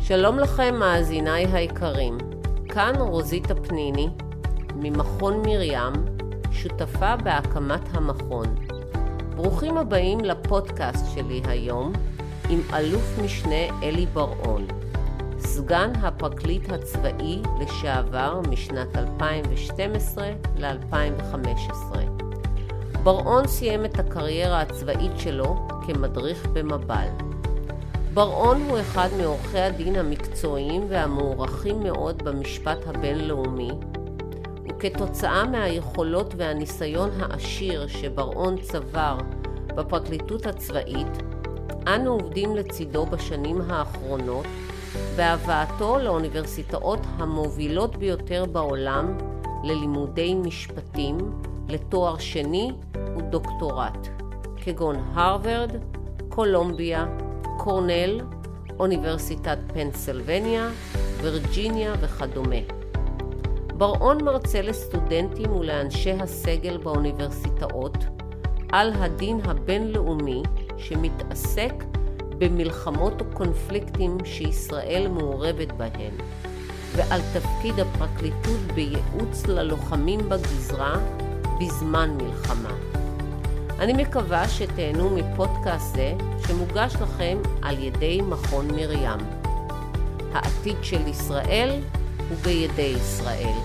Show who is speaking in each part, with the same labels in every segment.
Speaker 1: שלום לכם מאזיניי היקרים, כאן רוזיטה פניני ממכון מרים, שותפה בהקמת המכון. ברוכים הבאים לפודקאסט שלי היום עם אלוף משנה אלי בר-און, סגן הפרקליט הצבאי לשעבר משנת 2012 ל-2015. בר-און סיים את הקריירה הצבאית שלו כמדריך במב"ל. בר-און הוא אחד מעורכי הדין המקצועיים והמוערכים מאוד במשפט הבינלאומי, וכתוצאה מהיכולות והניסיון העשיר שבר-און צבר בפרקליטות הצבאית, אנו עובדים לצידו בשנים האחרונות, בהבאתו לאוניברסיטאות המובילות ביותר בעולם ללימודי משפטים, לתואר שני ודוקטורט, כגון הרווארד, קולומביה, קורנל, אוניברסיטת פנסילבניה, וירג'יניה וכדומה. בר-און מרצה לסטודנטים ולאנשי הסגל באוניברסיטאות על הדין הבינלאומי שמתעסק במלחמות וקונפליקטים שישראל מעורבת בהן, ועל תפקיד הפרקליטות בייעוץ ללוחמים בגזרה בזמן מלחמה. אני מקווה שתהנו מפודקאסט זה שמוגש לכם על ידי מכון מרים. העתיד של ישראל הוא בידי ישראל.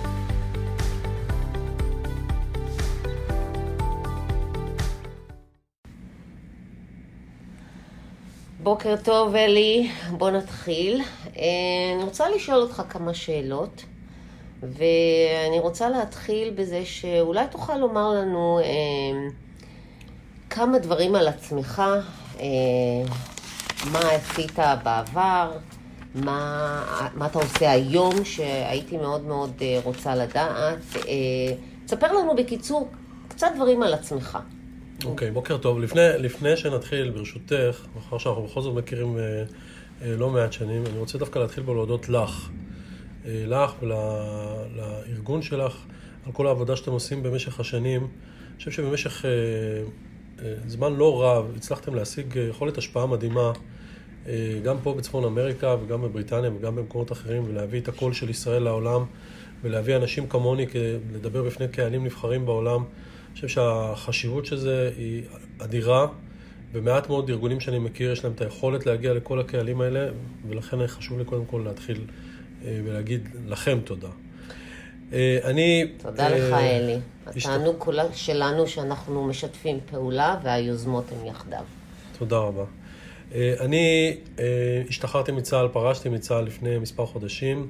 Speaker 1: בוקר טוב אלי, בוא נתחיל. אני רוצה לשאול אותך כמה שאלות, ואני רוצה להתחיל בזה שאולי תוכל לומר לנו כמה דברים על עצמך, מה עשית בעבר, מה אתה עושה היום, שהייתי מאוד מאוד רוצה לדעת. תספר לנו בקיצור קצת דברים על עצמך.
Speaker 2: אוקיי, בוקר טוב. לפני שנתחיל, ברשותך, אחר שאנחנו בכל זאת מכירים לא מעט שנים, אני רוצה דווקא להתחיל להודות לך ולארגון שלך, על כל העבודה שאתם עושים במשך השנים. אני חושב שבמשך זמן לא רב הצלחתם להשיג יכולת השפעה מדהימה, גם פה בצפון אמריקה וגם בבריטניה וגם במקומות אחרים, ולהביא את הקול של ישראל לעולם, ולהביא אנשים כמוני לדבר בפני קהלים נבחרים בעולם. אני חושב שהחשיבות של זה היא אדירה, ומעט מאוד ארגונים שאני מכיר יש להם את היכולת להגיע לכל הקהלים האלה, ולכן חשוב לי קודם כל להתחיל ולהגיד לכם תודה.
Speaker 1: תודה לך אלי. התענוג שלנו שאנחנו משתפים פעולה והיוזמות הן יחדיו.
Speaker 2: תודה רבה. אני השתחררתי מצה"ל, פרשתי מצה"ל לפני מספר חודשים,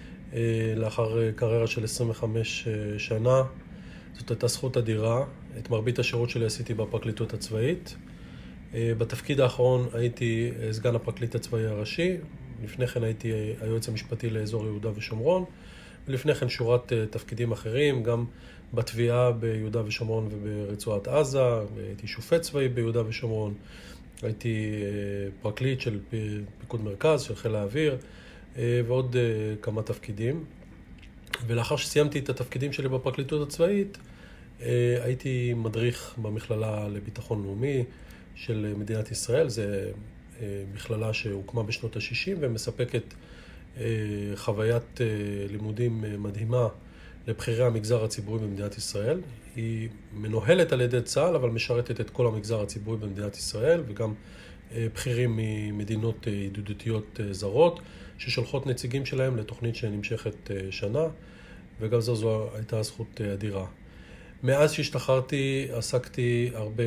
Speaker 2: לאחר קריירה של 25 שנה. זאת הייתה זכות אדירה. את מרבית השירות שלי עשיתי בפרקליטות הצבאית. בתפקיד האחרון הייתי סגן הפרקליט הצבאי הראשי. לפני כן הייתי היועץ המשפטי לאזור יהודה ושומרון. ולפני כן שורת תפקידים אחרים, גם בתביעה ביהודה ושומרון וברצועת עזה. הייתי שופט צבאי ביהודה ושומרון. הייתי פרקליט של פיקוד מרכז, של חיל האוויר, ועוד כמה תפקידים. ולאחר שסיימתי את התפקידים שלי בפרקליטות הצבאית, הייתי מדריך במכללה לביטחון לאומי של מדינת ישראל. זו מכללה שהוקמה בשנות ה-60 ומספקת חוויית לימודים מדהימה לבחירי המגזר הציבורי במדינת ישראל. היא מנוהלת על ידי צה"ל, אבל משרתת את כל המגזר הציבורי במדינת ישראל, וגם בכירים ממדינות ידידותיות זרות, ששולחות נציגים שלהם לתוכנית שנמשכת שנה, וגם זו הייתה זכות אדירה. מאז שהשתחררתי עסקתי הרבה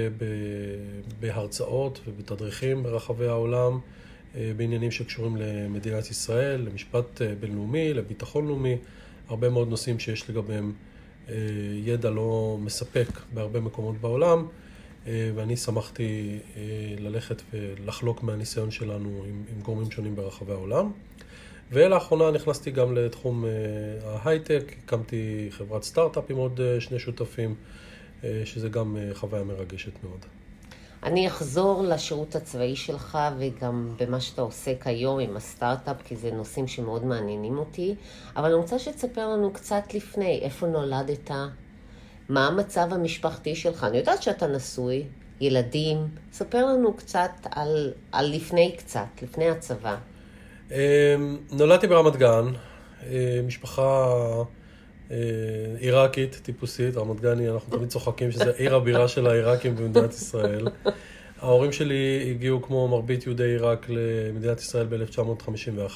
Speaker 2: בהרצאות ובתדריכים ברחבי העולם, בעניינים שקשורים למדינת ישראל, למשפט בינלאומי, לביטחון לאומי, הרבה מאוד נושאים שיש לגביהם ידע לא מספק בהרבה מקומות בעולם, ואני שמחתי ללכת ולחלוק מהניסיון שלנו עם גורמים שונים ברחבי העולם. ולאחרונה נכנסתי גם לתחום ההייטק, הקמתי חברת סטארט-אפ עם עוד שני שותפים, שזה גם חוויה מרגשת מאוד.
Speaker 1: אני אחזור לשירות הצבאי שלך וגם במה שאתה עושה כיום עם הסטארט-אפ, כי זה נושאים שמאוד מעניינים אותי, אבל אני רוצה שתספר לנו קצת לפני, איפה נולדת, מה המצב המשפחתי שלך. אני יודעת שאתה נשוי, ילדים, ספר לנו קצת על לפני הצבא.
Speaker 2: נולדתי ברמת גן, משפחה עיראקית, טיפוסית, רמת גני, אנחנו תמיד צוחקים שזה עיר הבירה של העיראקים במדינת ישראל. ההורים שלי הגיעו כמו מרבית יהודי עיראק למדינת ישראל ב-1951,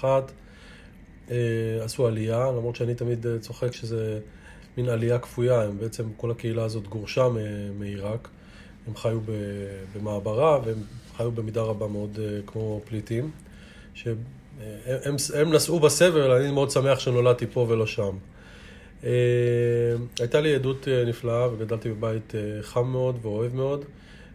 Speaker 2: עשו עלייה, למרות שאני תמיד צוחק שזה מין עלייה כפויה, הם בעצם כל הקהילה הזאת גורשה מעיראק, הם חיו במעברה והם חיו במידה רבה מאוד כמו פליטים, שהם נסעו בסבל, אני מאוד שמח שנולדתי פה ולא שם. הייתה לי עדות נפלאה וגדלתי בבית חם מאוד ואוהב מאוד,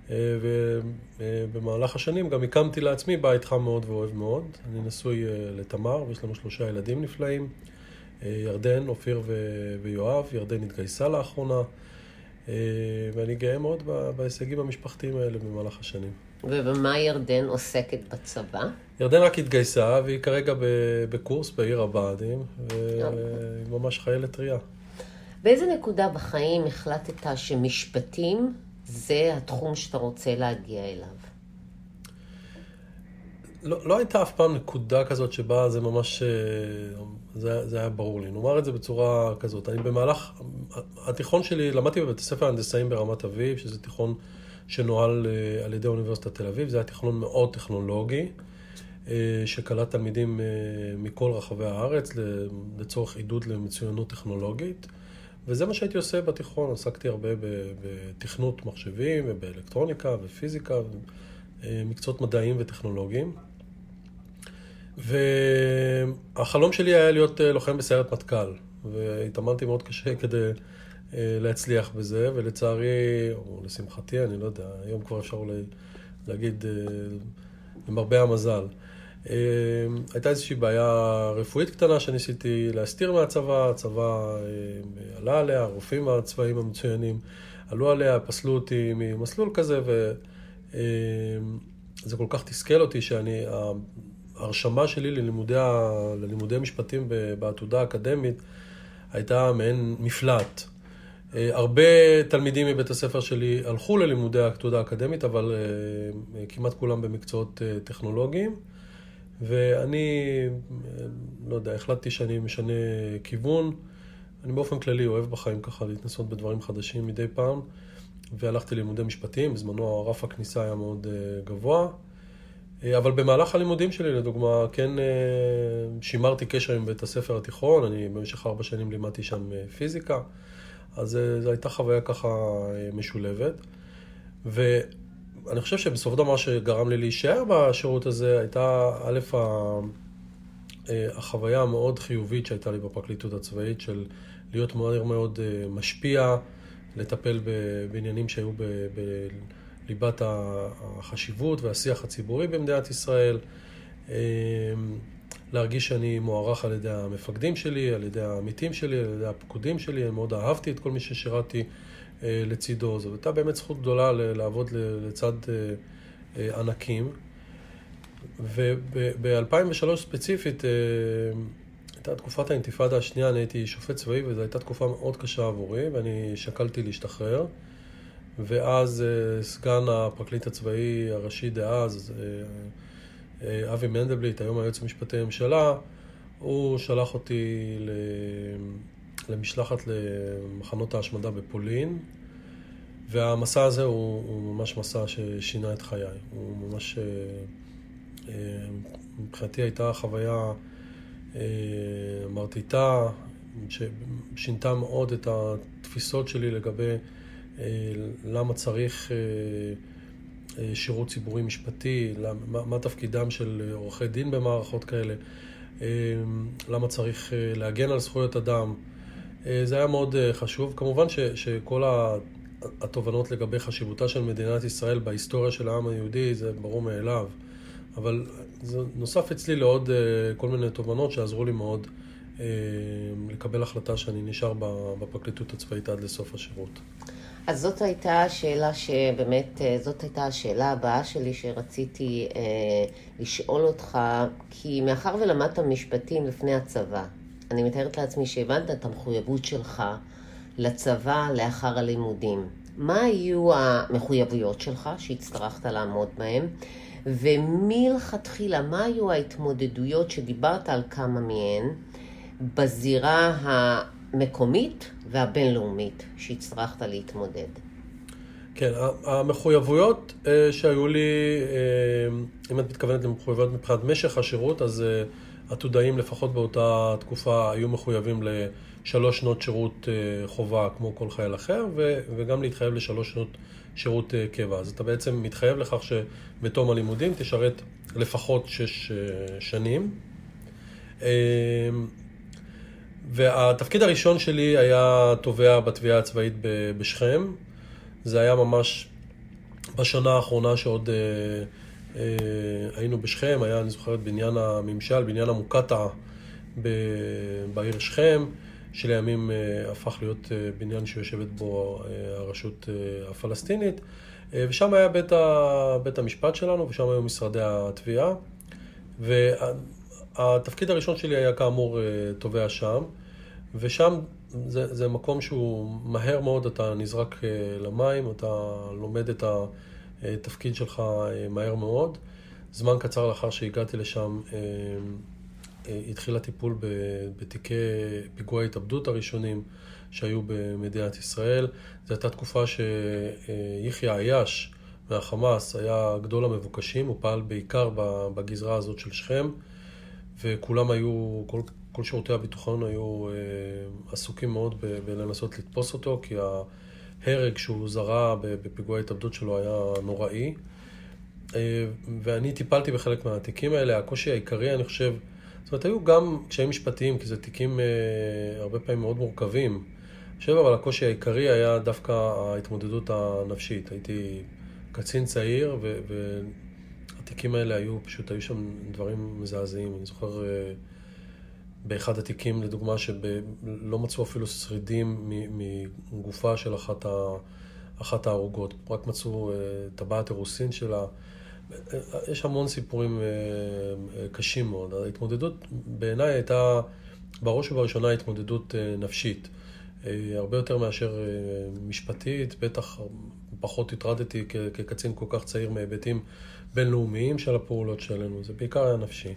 Speaker 2: ובמהלך השנים גם הקמתי לעצמי בית חם מאוד ואוהב מאוד. אני נשוי לתמר ויש לנו 3 ילדים נפלאים, ירדן, אופיר ויואב. ירדן התגייסה לאחרונה, ואני גאה מאוד בהישגים המשפחתיים האלה במהלך השנים.
Speaker 1: ובמה ירדן עוסקת בצבא?
Speaker 2: ירדן רק התגייסה, והיא כרגע בקורס בעיר הבה"דים, והיא ממש חיילת טריה.
Speaker 1: באיזה נקודה בחיים החלטת שמשפטים זה התחום שאתה רוצה להגיע אליו?
Speaker 2: לא הייתה אף פעם נקודה כזאת שבה זה ממש, זה היה ברור לי. נאמר את זה בצורה כזאת. אני במהלך התיכון שלי למדתי בבית הספר ההנדסאים ברמת אביב, שזה תיכון שנוהל על ידי אוניברסיטת תל אביב. זה היה תיכון מאוד טכנולוגי, שקלט תלמידים מכל רחבי הארץ לצורך עידוד למצוינות טכנולוגית. וזה מה שהייתי עושה בתיכון. עסקתי הרבה בתכנות מחשבים ובאלקטרוניקה ופיזיקה ומקצועות מדעיים וטכנולוגיים. והחלום שלי היה להיות לוחם בסיירת מטכ"ל, והתאמנתי מאוד קשה כדי להצליח בזה, ולצערי, או לשמחתי, אני לא יודע, היום כבר אפשר אולי להגיד עם הרבה המזל. הייתה איזושהי בעיה רפואית קטנה שניסיתי להסתיר מהצבא, הצבא עלה עליה, הרופאים הצבאיים המצוינים עלו עליה, פסלו אותי ממסלול כזה, וזה כל כך תסכל אותי שאני, ההרשמה שלי ללימודי משפטים בעתודה האקדמית הייתה מעין מפלט. הרבה תלמידים מבית הספר שלי הלכו ללימודי העתודה האקדמית, אבל כמעט כולם במקצועות טכנולוגיים. ואני, לא יודע, החלטתי שאני משנה כיוון. אני באופן כללי אוהב בחיים ככה להתנסות בדברים חדשים מדי פעם, והלכתי ללימודי משפטים. בזמנו הרף הכניסה היה מאוד גבוה, אבל במהלך הלימודים שלי, לדוגמה, כן שימרתי קשר עם בית הספר התיכון. אני במשך 4 שנים לימדתי שם פיזיקה, אז זו הייתה חוויה ככה משולבת. ואני חושב שבסוף דבר שגרם לי להישאר בשירות הזה הייתה החוויה המאוד חיובית שהייתה לי בפרקליטות הצבאית, של להיות מאוד מאוד משפיע, לטפל בעניינים שהיו בליבת החשיבות והשיח הציבורי במדינת ישראל, להרגיש שאני מוערך על ידי המפקדים שלי, על ידי העמיתים שלי, על ידי הפקודים שלי. אני מאוד אהבתי את כל מי ששירתי לצידו. זו הייתה באמת זכות גדולה לעבוד לצד ענקים. וב-2003 ספציפית, הייתה תקופת האינתיפאדה השנייה, אני הייתי שופט צבאי, וזו הייתה תקופה מאוד קשה עבורי, ואני שקלתי להשתחרר. ואז סגן הפרקליט הצבאי הראשי דאז, אבי מנדלבליט, היום היועץ המשפטי לממשלה, הוא שלח אותי למשלחת למחנות ההשמדה בפולין, והמסע הזה הוא ממש מסע ששינה את חיי. הוא ממש, מבחינתי הייתה חוויה מרטיטה, ששינתה מאוד את התפיסות שלי לגבי למה צריך שירות ציבורי משפטי, מה תפקידם של עורכי דין במערכות כאלה, למה צריך להגן על זכויות אדם. זה היה מאוד חשוב. כמובן שכל התובנות לגבי חשיבותה של מדינת ישראל בהיסטוריה של העם היהודי זה ברור מאליו, אבל זה נוסף אצלי לעוד כל מיני תובנות שעזרו לי מאוד לקבל החלטה שאני נשאר בפרקליטות הצבאית עד לסוף השירות.
Speaker 1: אז זאת הייתה השאלה שבאמת, זאת הייתה השאלה הבאה שלי שרציתי לשאול אותך, כי מאחר ולמדת משפטים לפני הצבא, אני מתארת לעצמי שהבנת את המחויבות שלך לצבא לאחר הלימודים. מה היו המחויבויות שלך שהצטרכת לעמוד בהן? ומלכתחילה, מה היו ההתמודדויות שדיברת על כמה מהן בזירה המקומית והבינלאומית שהצטרכת להתמודד?
Speaker 2: כן, המחויבויות שהיו לי, אם את מתכוונת למחויבויות מבחינת משך השירות, אז עתודאים לפחות באותה תקופה היו מחויבים ל3 שנות שירות חובה כמו כל חייל אחר, וגם להתחייב ל3 שנות שירות קבע. אז אתה בעצם מתחייב לכך שבתום הלימודים תשרת לפחות 6 שנים. והתפקיד הראשון שלי היה תובע בתביעה הצבאית בשכם. זה היה ממש בשנה האחרונה שעוד היינו בשכם, היה, אני זוכרת, בניין הממשל, בניין המוקטעה בעיר שכם, שלימים הפך להיות בניין שיושבת בו הרשות הפלסטינית, ושם היה בית המשפט שלנו, ושם היו משרדי התביעה, והתפקיד הראשון שלי היה כאמור תובע שם, ושם זה מקום שהוא מהר מאוד, אתה נזרק למים, אתה לומד את התפקיד שלך מהר מאוד. זמן קצר לאחר שהגעתי לשם, התחיל הטיפול בתיקי פיגועי ההתאבדות הראשונים שהיו במדינת ישראל. זו הייתה תקופה שיחיא עייש מהחמאס היה גדול המבוקשים, הוא פעל בעיקר בגזרה הזאת של שכם, וכולם היו, כל שירותי הביטחון היו עסוקים מאוד בלנסות לתפוס אותו, כי ההרג שהוא זרע בפיגועי ההתאבדות שלו היה נוראי. ואני טיפלתי בחלק מהתיקים האלה. הקושי העיקרי, אני חושב, זאת אומרת, היו גם קשיים משפטיים, כי זה תיקים הרבה פעמים מאוד מורכבים. אני חושב, אבל הקושי העיקרי היה דווקא ההתמודדות הנפשית. הייתי קצין צעיר, והתיקים האלה היו שם דברים מזעזעים. אני זוכר באחד התיקים, לדוגמה, שלא מצאו אפילו שרידים מגופה של אחת ההרוגות. רק מצאו טבעת אירוסין שלה. יש המון סיפורים קשים מאוד. ההתמודדות בעיניי הייתה בראש ובראשונה התמודדות נפשית. הרבה יותר מאשר משפטית, בטח פחות התרדתי כקצין כל כך צעיר מהיבטים בינלאומיים של הפעולות שלנו. זה בעיקר היה נפשי.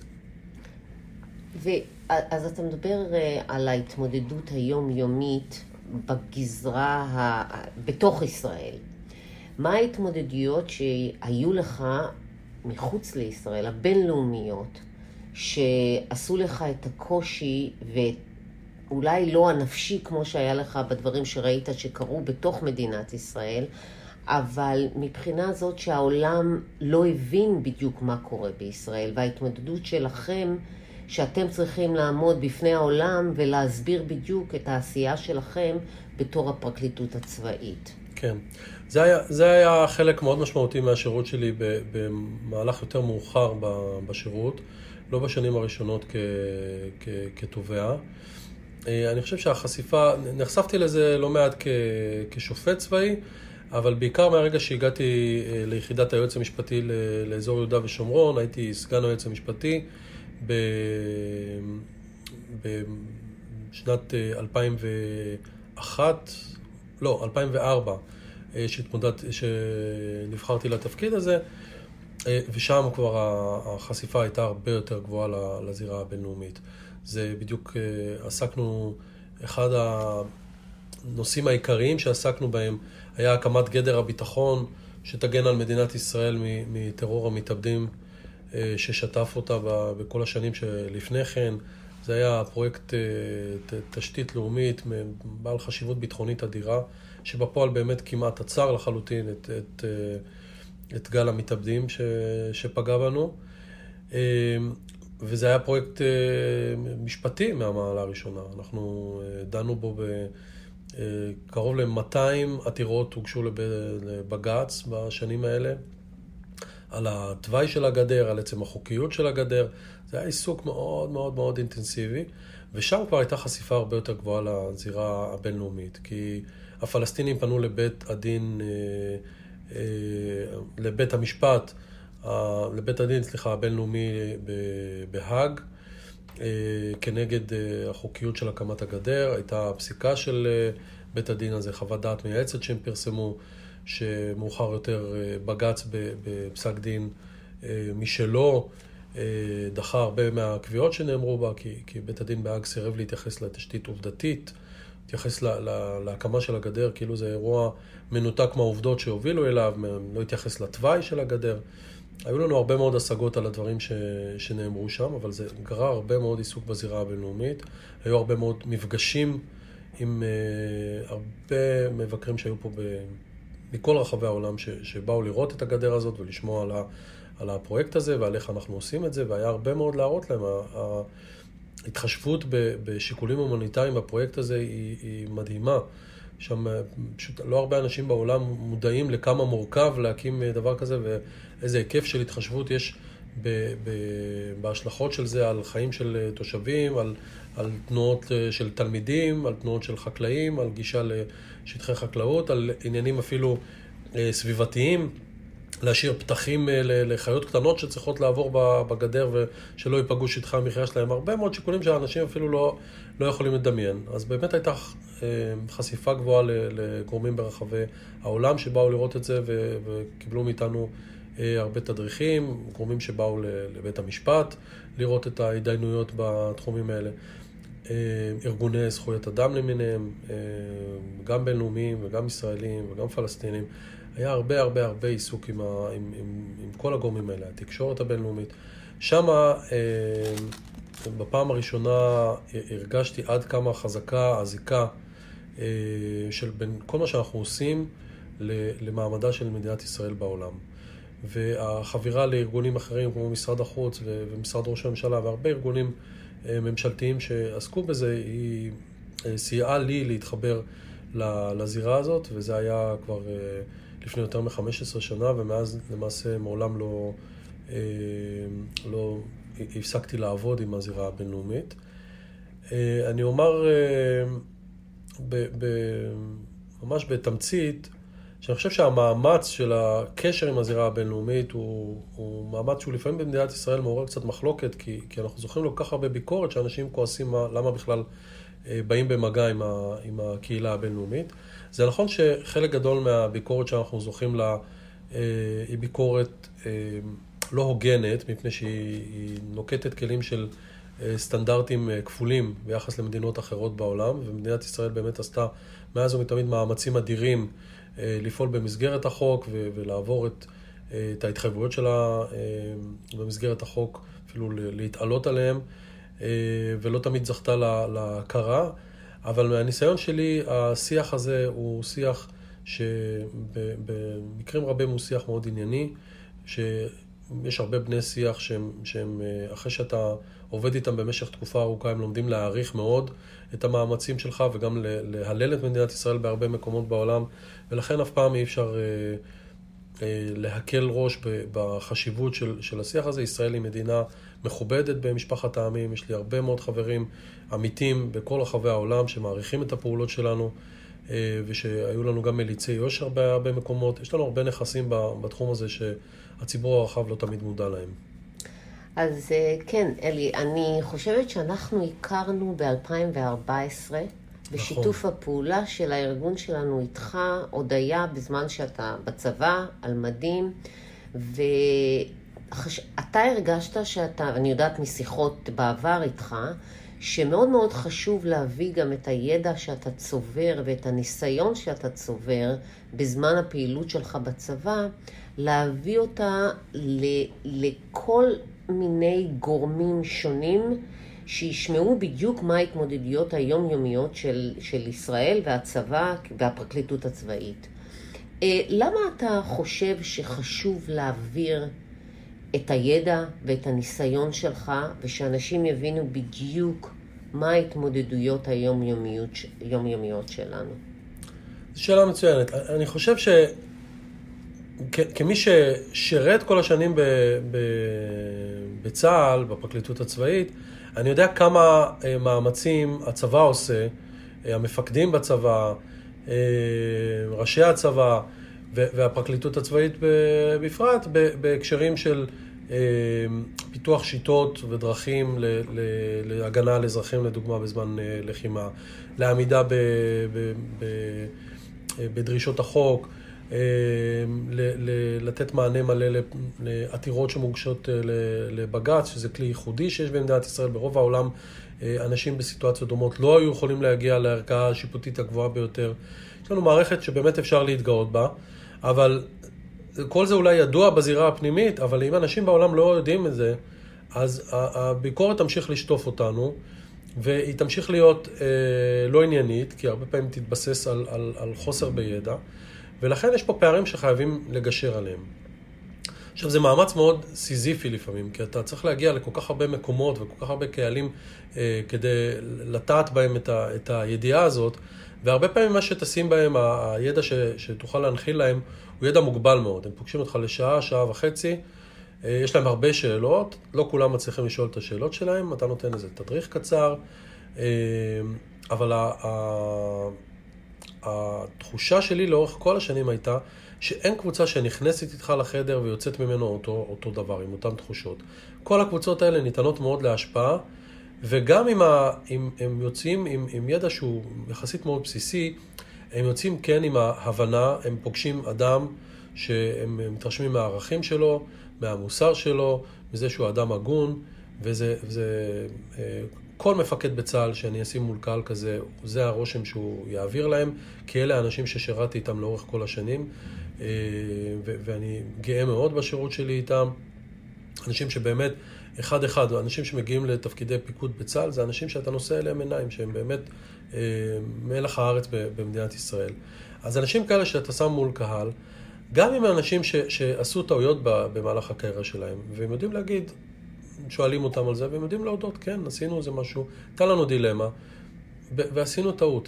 Speaker 1: אז אתה מדבר על ההתמודדות היומיומית בגזרה, בתוך ישראל. מה ההתמודדויות שהיו לך מחוץ לישראל, הבינלאומיות, שעשו לך את הקושי ואולי לא הנפשי כמו שהיה לך בדברים שראית שקרו בתוך מדינת ישראל, אבל מבחינה זאת שהעולם לא הבין בדיוק מה קורה בישראל, וההתמודדות שלכם שאתם צריכים לעמוד בפני העולם ולהסביר בדיוק את העשייה שלכם בתור הפרקליטות הצבאית.
Speaker 2: כן. זה היה חלק מאוד משמעותי מהשירות שלי במהלך יותר מאוחר בשירות, לא בשנים הראשונות כתובע. אני חושב שהחשיפה, נחשפתי לזה לא מעט כשופט צבאי, אבל בעיקר מהרגע שהגעתי ליחידת היועץ המשפטי לאזור יהודה ושומרון, הייתי סגן היועץ המשפטי בשנת 2004, שנבחרתי לתפקיד הזה, ושם כבר החשיפה הייתה הרבה יותר גבוהה לזירה הבינלאומית. זה בדיוק, עסקנו, אחד הנושאים העיקריים שעסקנו בהם היה הקמת גדר הביטחון שתגן על מדינת ישראל מטרור המתאבדים ששטף אותה בכל השנים שלפני כן. זה היה פרויקט תשתית לאומית בעל חשיבות ביטחונית אדירה, שבפועל באמת כמעט עצר לחלוטין את גל המתאבדים שפגע בנו. וזה היה פרויקט משפטי מהמעלה הראשונה. אנחנו דנו בו קרוב ל-200 עתירות הוגשו לבג"ץ בשנים האלה, על התוואי של הגדר, על עצם החוקיות של הגדר. זה היה עיסוק מאוד מאוד מאוד אינטנסיבי, ושם כבר הייתה חשיפה הרבה יותר גבוהה לזירה הבינלאומית, כי הפלסטינים פנו לבית הדין, לבית המשפט, לבית הדין, הבינלאומי בהאג, כנגד החוקיות של הקמת הגדר. הייתה פסיקה של בית הדין הזה, חוות דעת מייעצת שהם פרסמו, שמאוחר יותר בג"ץ בפסק דין משלו דחה הרבה מהקביעות שנאמרו בה, כי בית הדין בהאג סירב להתייחס לתשתית עובדתית, התייחס להקמה של הגדר, כאילו זה אירוע מנותק מהעובדות שהובילו אליו, לא התייחס לתוואי של הגדר. היו לנו הרבה מאוד השגות על הדברים שנאמרו שם, אבל זה גרר הרבה מאוד עיסוק בזירה הבינלאומית. היו הרבה מאוד מפגשים עם הרבה מבקרים שהיו פה מכל רחבי העולם שבאו לראות את הגדר הזאת ולשמוע על הפרויקט הזה ועל איך אנחנו עושים את זה, והיה הרבה מאוד להראות להם. ההתחשבות בשיקולים הומניטריים בפרויקט הזה היא מדהימה. שם פשוט לא הרבה אנשים בעולם מודעים לכמה מורכב להקים דבר כזה ואיזה היקף של התחשבות יש בהשלכות של זה על חיים של תושבים, על תנועות של תלמידים, על תנועות של חקלאים, על גישה לשטחי חקלאות, על עניינים אפילו סביבתיים, להשאיר פתחים לחיות קטנות שצריכות לעבור בגדר ושלא ייפגעו שטחי המחיה שלהם. הרבה מאוד שיקולים שהאנשים אפילו לא יכולים לדמיין. אז באמת הייתה חשיפה גבוהה לגורמים ברחבי העולם שבאו לראות את זה וקיבלו מאיתנו הרבה תדריכים, גורמים שבאו לבית המשפט לראות את ההתדיינויות בתחומים האלה. ארגוני זכויות אדם למיניהם, גם בינלאומיים וגם ישראלים וגם פלסטינים. היה הרבה עיסוק עם כל הגורמים האלה, התקשורת הבינלאומית. שמה, בפעם הראשונה הרגשתי עד כמה חזקה הזיקה של בין כל מה שאנחנו עושים למעמדה של מדינת ישראל בעולם. והחבירה לארגונים אחרים כמו משרד החוץ ומשרד ראש הממשלה והרבה ארגונים ממשלתיים שעסקו בזה, היא סייעה לי להתחבר לזירה הזאת, וזה היה כבר לפני יותר מ-15 שנה, ומאז למעשה מעולם לא הפסקתי לעבוד עם הזירה הבינלאומית. אני אומר ממש בתמצית, שאני חושב שהמאמץ של הקשר עם הזירה הבינלאומית הוא מאמץ שהוא לפעמים במדינת ישראל מעורר קצת מחלוקת, כי אנחנו זוכרים לו כך הרבה ביקורת שאנשים כועסים למה בכלל באים במגע עם הקהילה הבינלאומית. זה נכון שחלק גדול מהביקורת שאנחנו זוכים לה היא ביקורת לא הוגנת, מפני שהיא נוקטת כלים של סטנדרטים כפולים ביחס למדינות אחרות בעולם, ומדינת ישראל באמת עשתה מאז ומתמיד מאמצים אדירים לפעול במסגרת החוק ולעבור את ההתחייבויות שלה במסגרת החוק, אפילו להתעלות עליהם, ולא תמיד זכתה להכרה. אבל מהניסיון שלי, השיח הזה הוא שיח שבמקרים רבים הוא שיח מאוד ענייני, שיש הרבה בני שיח שהם אחרי שאתה עובד איתם במשך תקופה ארוכה, הם לומדים להעריך מאוד את המאמצים שלך וגם להלל את מדינת ישראל בהרבה מקומות בעולם, ולכן אף פעם אי אפשר להקל ראש בחשיבות של השיח הזה. ישראל היא מדינה מכובדת במשפחת העמים, יש לי הרבה מאוד חברים עמיתים בכל רחבי העולם שמעריכים את הפעולות שלנו, ושהיו לנו גם מליצי יושר בהרבה מקומות. יש לנו הרבה נכסים בתחום הזה שהציבור הרחב לא תמיד מודע להם.
Speaker 1: אז כן, אלי, אני חושבת שאנחנו הכרנו ב-2014, בשיתוף הפעולה של הארגון שלנו איתך, עוד היה בזמן שאתה בצבא, על מדים, ואתה הרגשת שאתה, אני יודעת משיחות בעבר איתך, שמאוד מאוד חשוב להביא גם את הידע שאתה צובר ואת הניסיון שאתה צובר בזמן הפעילות שלך בצבא, להביא אותה לכל מיני גורמים שונים שישמעו בדיוק מה ההתמודדויות היומיומיות של ישראל והצבא והפרקליטות הצבאית. למה אתה חושב שחשוב להעביר את הידע ואת הניסיון שלך, ושאנשים יבינו בדיוק מה ההתמודדויות היומיומיות שלנו?
Speaker 2: זו שאלה מצוינת. אני חושב כמי ששירת כל השנים בצה"ל, בפרקליטות הצבאית, אני יודע כמה מאמצים הצבא עושה, המפקדים בצבא, ראשי הצבא והפרקליטות הצבאית בפרט, בהקשרים של פיתוח שיטות ודרכים להגנה על אזרחים, לדוגמה בזמן לחימה, לעמידה בדרישות החוק, לתת מענה מלא לעתירות שמוגשות לבג"ץ, שזה כלי ייחודי שיש במדינת ישראל. ברוב העולם אנשים בסיטואציות דומות לא היו יכולים להגיע לערכאה השיפוטית הגבוהה ביותר. יש לנו מערכת שבאמת אפשר להתגאות בה, אבל כל זה אולי ידוע בזירה הפנימית, אבל אם אנשים בעולם לא יודעים את זה, אז הביקורת תמשיך לשטוף אותנו, והיא תמשיך להיות לא עניינית, כי הרבה פעמים תתבסס על חוסר בידע, ולכן יש פה פערים שחייבים לגשר עליהם. עכשיו, זה מאמץ מאוד סיזיפי לפעמים, כי אתה צריך להגיע לכל כך הרבה מקומות וכל כך הרבה קהלים כדי לטעת בהם את הידיעה הזאת, והרבה פעמים מה שתשים בהם, הידע שתוכל להנחיל להם, הוא ידע מוגבל מאוד. הם פוגשים אותך לשעה, שעה וחצי, יש להם הרבה שאלות, לא כולם מצליחים לשאול את השאלות שלהם, אתה נותן איזה תדריך קצר, אבל התחושה שלי לאורך כל השנים הייתה שאין קבוצה שנכנסת איתך לחדר ויוצאת ממנו אותו דבר, עם אותן תחושות. כל הקבוצות האלה ניתנות מאוד להשפעה, וגם אם הם יוצאים עם ידע שהוא יחסית מאוד בסיסי, הם יוצאים כן עם ההבנה, הם פוגשים אדם שהם מתרשמים מהערכים שלו, מהמוסר שלו, מזה שהוא אדם הגון, כל מפקד בצה"ל שאני אשים מול קהל כזה, זה הרושם שהוא יעביר להם, כי אלה האנשים ששירתי איתם לאורך כל השנים, ואני גאה מאוד בשירות שלי איתם. אנשים שבאמת, אחד, אנשים שמגיעים לתפקידי פיקוד בצה"ל, זה אנשים שאתה נושא אליהם עיניים, שהם באמת מלח הארץ במדינת ישראל. אז אנשים כאלה שאתה שם מול קהל, גם עם האנשים שעשו טעויות במהלך הקריירה שלהם, והם יודעים להגיד, שואלים אותם על זה, והם יודעים להודות, כן, עשינו איזה משהו, הייתה לנו דילמה, ועשינו טעות.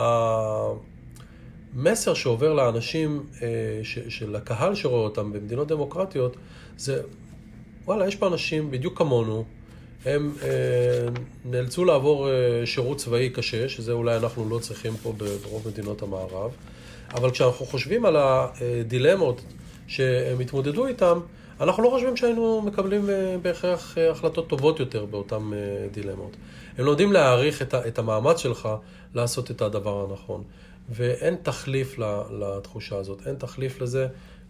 Speaker 2: המסר שעובר לאנשים, של הקהל שרואה אותם במדינות דמוקרטיות, זה, וואלה, יש פה אנשים בדיוק כמונו, הם נאלצו לעבור שירות צבאי קשה, שזה אולי אנחנו לא צריכים פה ברוב מדינות המערב, אבל כשאנחנו חושבים על הדילמות שהם התמודדו איתם, אנחנו לא חושבים שהיינו מקבלים בהכרח החלטות טובות יותר באותן דילמות. הם לא יודעים להעריך את המאמץ שלך לעשות את הדבר הנכון. ואין תחליף לתחושה הזאת, אין תחליף לזה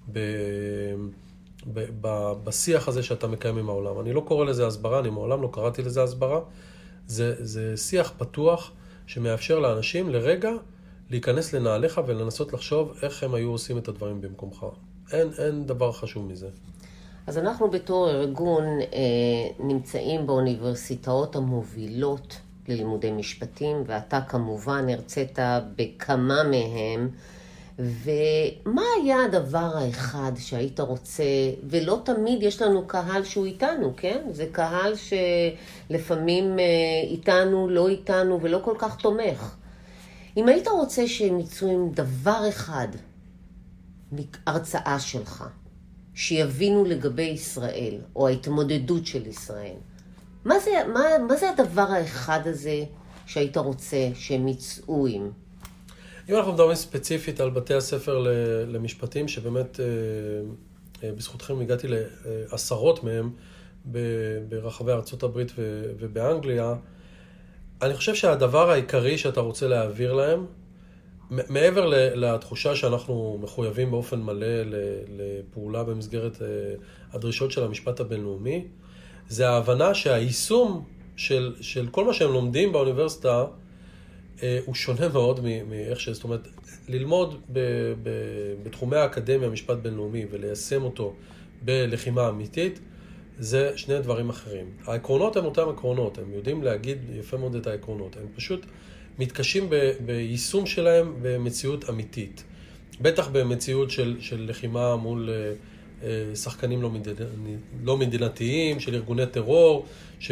Speaker 2: בשיח הזה שאתה מקיים עם העולם. אני לא קורא לזה הסברה, אני מעולם לא קראתי לזה הסברה. זה שיח פתוח שמאפשר לאנשים לרגע להיכנס לנעליך ולנסות לחשוב איך הם היו עושים את הדברים במקומך. אין דבר חשוב מזה.
Speaker 1: אז אנחנו בתור ארגון נמצאים באוניברסיטאות המובילות ללימודי משפטים, ואתה כמובן הרצית בכמה מהם, ומה היה הדבר האחד שהיית רוצה, ולא תמיד יש לנו קהל שהוא איתנו, כן? זה קהל שלפעמים איתנו, לא איתנו, ולא כל כך תומך. אם היית רוצה שהם יצאו עם דבר אחד מהרצאה שלך, שיבינו לגבי ישראל, או ההתמודדות של ישראל, מה זה הדבר האחד הזה שהיית רוצה שהם יצאו עם?
Speaker 2: אם אנחנו מדברים ספציפית על בתי הספר למשפטים, שבאמת בזכותכם הגעתי לעשרות מהם ברחבי ארצות הברית ובאנגליה, אני חושב שהדבר העיקרי שאתה רוצה להעביר להם, מעבר לתחושה שאנחנו מחויבים באופן מלא לפעולה במסגרת הדרישות של המשפט הבינלאומי, זה ההבנה שהיישום של כל מה שהם לומדים באוניברסיטה הוא שונה מאוד מאיך זאת אומרת, ללמוד בתחומי האקדמיה משפט בינלאומי וליישם אותו בלחימה אמיתית, זה שני דברים אחרים. העקרונות הם אותם עקרונות, הם יודעים להגיד יפה מאוד את העקרונות, הם פשוט מתקשים ביישום שלהם במציאות אמיתית. בטח במציאות של לחימה מול שחקנים לא מדינתיים, של ארגוני טרור,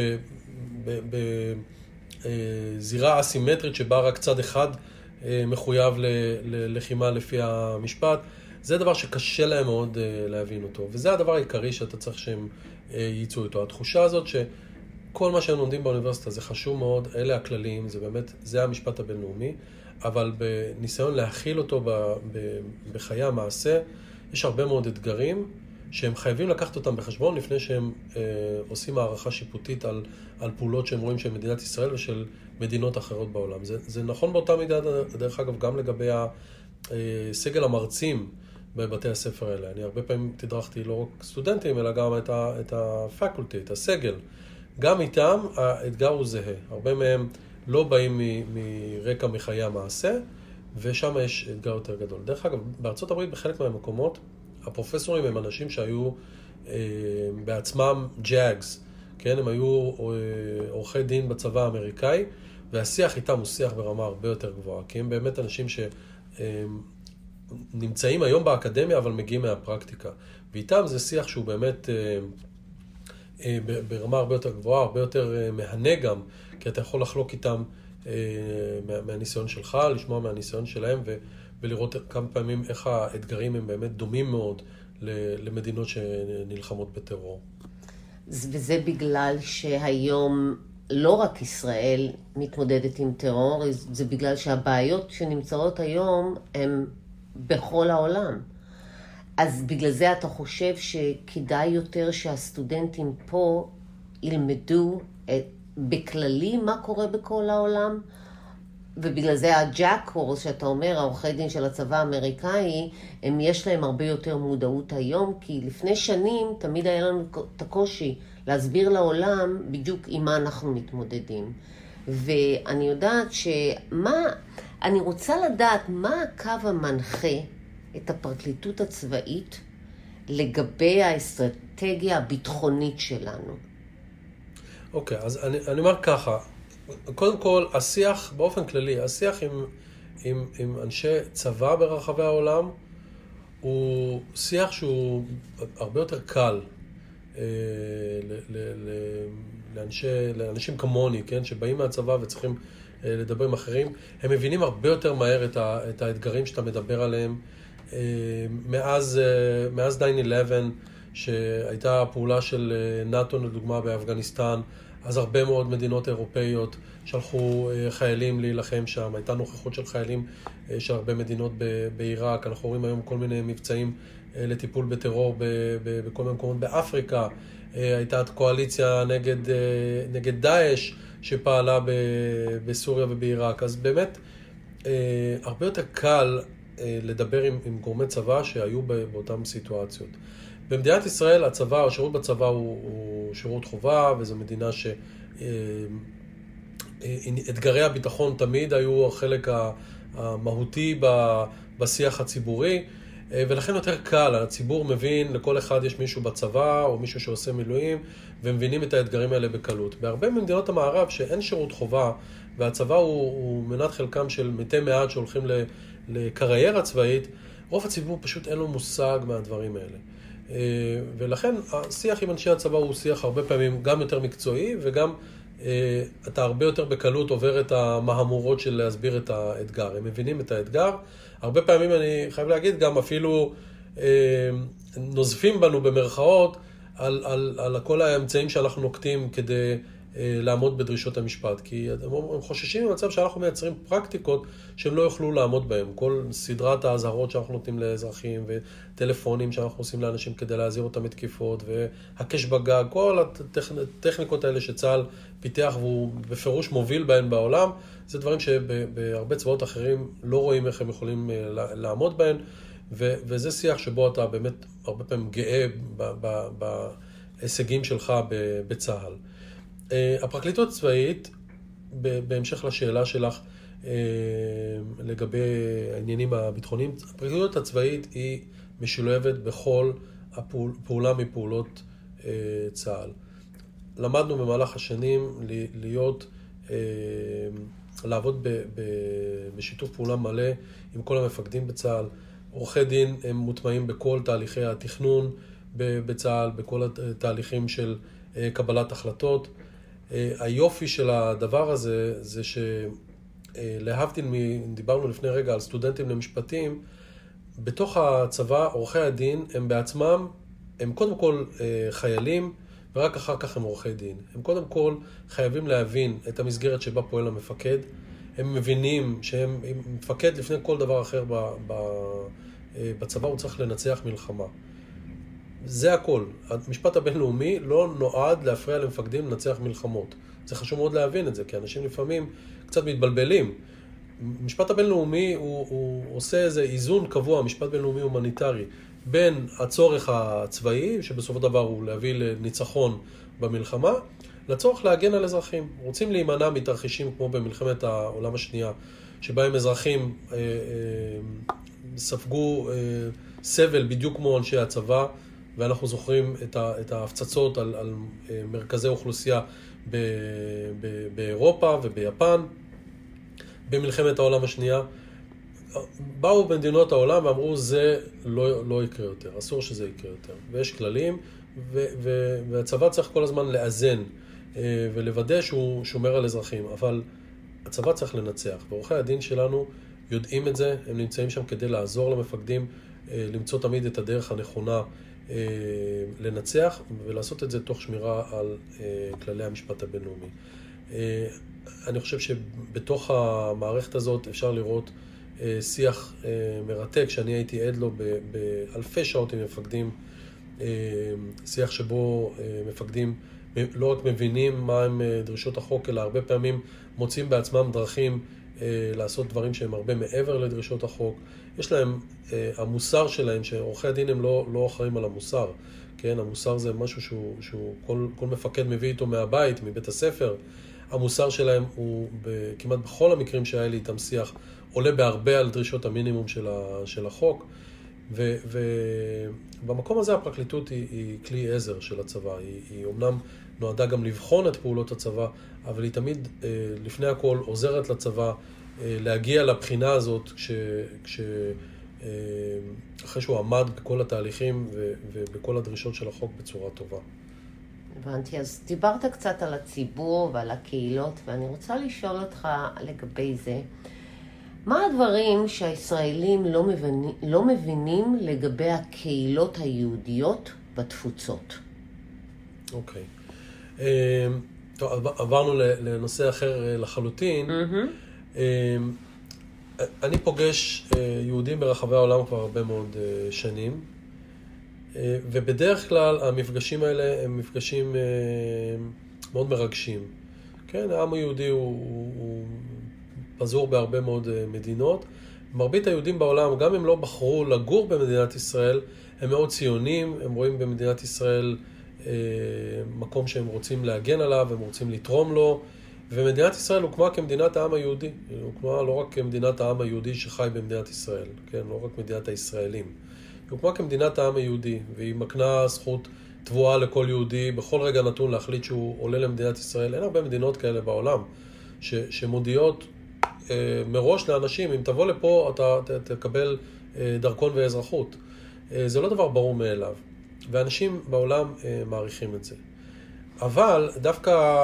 Speaker 2: שבזירה אסימטרית שבה רק צד אחד מחויב ללחימה לפי המשפט. זה דבר שקשה להם מאוד להבין אותו, וזה הדבר העיקרי שאתה צריך שהם ייצאו איתו. התחושה הזאת שכל מה שהם לומדים באוניברסיטה זה חשוב מאוד, אלה הכללים, זה באמת, זה המשפט הבינלאומי, אבל בניסיון להכיל אותו בחיי המעשה, יש הרבה מאוד אתגרים שהם חייבים לקחת אותם בחשבון לפני שהם עושים הערכה שיפוטית על פעולות שהם רואים של מדינת ישראל ושל מדינות אחרות בעולם. זה נכון באותה מידה, דרך אגב, גם לגבי סגל המרצים בבתי הספר האלה. אני הרבה פעמים תדרכתי לא רק סטודנטים, אלא גם את הפקולטי, את הסגל. גם איתם האתגר הוא זהה. הרבה מהם לא באים מרקע מחיי המעשה, ושם יש אתגר יותר גדול. דרך אגב, בארצות הברית בחלק מהמקומות, הפרופסורים הם אנשים שהיו בעצמם ג'אגס, כן? הם היו עורכי דין בצבא האמריקאי, והשיח איתם הוא שיח ברמה הרבה יותר גבוהה, כי הם באמת אנשים שנמצאים היום באקדמיה, אבל מגיעים מהפרקטיקה. ואיתם זה שיח שהוא באמת ברמה הרבה יותר גבוהה, הרבה יותר מהנה גם, כי אתה יכול לחלוק איתם מהניסיון שלך, לשמוע מהניסיון שלהם, ולראות כמה פעמים איך האתגרים הם באמת דומים מאוד למדינות שנלחמות בטרור.
Speaker 1: וזה בגלל שהיום לא רק ישראל מתמודדת עם טרור, זה בגלל שהבעיות שנמצאות היום הן בכל העולם. אז בגלל זה אתה חושב שכדאי יותר שהסטודנטים פה ילמדו בכללי מה קורה בכל העולם? ובגלל זה הג'אק קורס שאתה אומר, העורכי דין של הצבא האמריקאי, יש להם הרבה יותר מודעות היום, כי לפני שנים תמיד היה לנו את הקושי להסביר לעולם בדיוק עם מה אנחנו מתמודדים. ואני יודעת אני רוצה לדעת מה הקו המנחה את הפרקליטות הצבאית לגבי האסטרטגיה הביטחונית שלנו.
Speaker 2: אוקיי, אז אני אומר ככה, קודם כל, השיח, באופן כללי, השיח עם אנשי צבא ברחבי העולם, הוא שיח שהוא הרבה יותר קל לאנשים כמוני, כן, שבאים מהצבא וצריכים לדבר עם אחרים. הם מבינים הרבה יותר מהר את האתגרים שאתה מדבר עליהם. מאז 9/11, שהייתה פעולה של נאטו, לדוגמה, באפגניסטן, אז הרבה מאוד מדינות אירופאיות שלחו חיילים להילחם שם. הייתה נוכחות של חיילים של הרבה מדינות בעיראק. אנחנו רואים היום כל מיני מבצעים לטיפול בטרור בכל מיני מקומות באפריקה. הייתה קואליציה נגד דאעש שפעלה בסוריה ובעיראק. אז באמת הרבה יותר קל לדבר עם גורמי צבא שהיו באותן סיטואציות. במדינת ישראל הצבא, השירות בצבא הוא שירות חובה, וזו מדינה אתגרי הביטחון תמיד היו החלק המהותי בשיח הציבורי, ולכן יותר קל, הציבור מבין, לכל אחד יש מישהו בצבא או מישהו שעושה מילואים, ומבינים את האתגרים האלה בקלות. בהרבה ממדינות המערב שאין שירות חובה, והצבא הוא מנת חלקם של מתי מעט שהולכים לקריירה צבאית, רוב הציבור פשוט אין לו מושג מהדברים האלה. ולכן השיח עם אנשי הצבא הוא שיח הרבה פעמים גם יותר מקצועי, וגם אתה הרבה יותר בקלות עובר את המהמורות של להסביר את האתגר. הם מבינים את האתגר. הרבה פעמים אני חייב להגיד גם אפילו נוזפים בנו במרכאות על כל האמצעים שאנחנו נוקטים כדי לעמוד בדרישות המשפט. כי הם חוששים במצב שאנחנו מייצרים פרקטיקות שהם לא יוכלו לעמוד בהם. כל סדרת ההזהרות שאנחנו נותנים לאזרחים וטלפונים שאנחנו עושים לאנשים כדי להזהיר אותם מתקיפות והקש בגג, כל הטכניקות האלה שצה"ל פיתח והוא בפירוש מוביל בהן בעולם, זה דברים שבהרבה צבאות אחרים לא רואים איך הם יכולים לעמוד בהן, וזה שיח שבו אתה באמת הרבה פעמים גאה בהישגים שלך בצה"ל. הפרקליטות הצבאית, בהמשך לשאלה שלך לגבי העניינים הביטחוניים, הפרקליטות הצבאית היא משולבת בכל פעולה מפעולות צה"ל. למדנו במהלך השנים לעבוד בשיתוף פעולה מלא עם כל המפקדים בצה"ל. עורכי דין הם מוטמעים בכל תהליכי התכנון בצה"ל, בכל התהליכים של קבלת החלטות. היופי של הדבר הזה זה שלהבדיל דיברנו לפני רגע על סטודנטים למשפטים, בתוך הצבא עורכי הדין הם בעצמם, הם קודם כל חיילים, ורק אחר כך הם עורכי דין. הם קודם כל חייבים להבין את המסגרת שבה פועל המפקד. הם מבינים שהם מפקד לפני כל דבר אחר בצבא, הוא צריך לנצח מלחמה. זה הכל. המשפט הבינלאומי לא נועד להפריע למפקדים לנצח מלחמות. זה חשוב מאוד להבין את זה, כי אנשים לפעמים קצת מתבלבלים. המשפט הבינלאומי הוא עושה איזה איזון קבוע, משפט בינלאומי הומניטרי, בין הצורך הצבאי, שבסופו של דבר הוא להביא לניצחון במלחמה, לצורך להגן על אזרחים. רוצים להימנע מתרחישים כמו במלחמת העולם השנייה, שבהם אזרחים ספגו סבל בדיוק כמו אנשי הצבא, ואנחנו זוכרים את ההפצצות על מרכזי אוכלוסייה באירופה וביפן. במלחמת העולם השנייה, באו במדינות העולם ואמרו, זה לא יקרה יותר, אסור שזה יקרה יותר. ויש כללים, והצבא צריך כל הזמן לאזן ולוודא שהוא שומר על אזרחים. אבל הצבא צריך לנצח, ועורכי הדין שלנו יודעים את זה, הם נמצאים שם כדי לעזור למפקדים, למצוא תמיד את הדרך הנכונה לנצח, ולעשות את זה תוך שמירה על כללי המשפט הבינלאומי. אני חושב שבתוך המערכת הזאת אפשר לראות שיח מרתק, שאני הייתי עד לו באלפי שעות עם מפקדים, שיח שבו מפקדים לא רק מבינים מה הם דרישות החוק, אלא הרבה פעמים מוצאים בעצמם דרכים לעשות דברים שהם הרבה מעבר לדרישות החוק. יש להם, המוסר שלהם, שעורכי הדין הם לא אחראים על המוסר, כן? המוסר זה משהו שהוא כל מפקד מביא איתו מהבית, מבית הספר. המוסר שלהם הוא כמעט בכל המקרים שהיה לי איתם שיח, עולה בהרבה על דרישות המינימום של החוק, ובמקום הזה הפרקליטות היא כלי עזר של הצבא. היא אומנם נועדה גם לבחון את פעולות הצבא, אבל היא תמיד לפני הכל עוזרת לצבא להגיע לבחינה הזאת אחרי שהוא עמד בכל התהליכים ובכל הדרישות של החוק בצורה טובה.
Speaker 1: הבנתי, אז דיברת קצת על הציבור ועל הקהילות, ואני רוצה לשאול אותך לגבי זה. מה הדברים שהישראלים לא מבינים לגבי הקהילות היהודיות בתפוצות?
Speaker 2: אוקיי. טוב, עברנו לנושא אחר לחלוטין. אני פוגש יהודים ברחבי העולם כבר הרבה מאוד שנים, ובדרך כלל המפגשים האלה הם מפגשים מאוד מרגשים. כן, העם היהודי הוא פזור בהרבה מאוד מדינות. מרבית היהודים בעולם, גם אם לא בחרו לגור במדינת ישראל, הם מאוד ציונים, הם רואים במדינת ישראל מקום שהם רוצים להגן עליו, הם רוצים לתרום לו, ומדינת ישראל הוקמה כמדינת העם היהודי. היא הוקמה לא רק כמדינת העם היהודי שחי במדינת ישראל, כן? לא רק מדינת הישראלים. היא הוקמה כמדינת העם היהודי, והיא מקנה זכות תבואה לכל יהודי, בכל רגע נתון להחליט שהוא עולה למדינת ישראל. אין הרבה מדינות כאלה בעולם, שמודיעות מראש לאנשים, אם תבוא לפה אתה תקבל דרכון ואזרחות. זה לא דבר ברור מאליו, ואנשים בעולם מעריכים את זה. אבל דווקא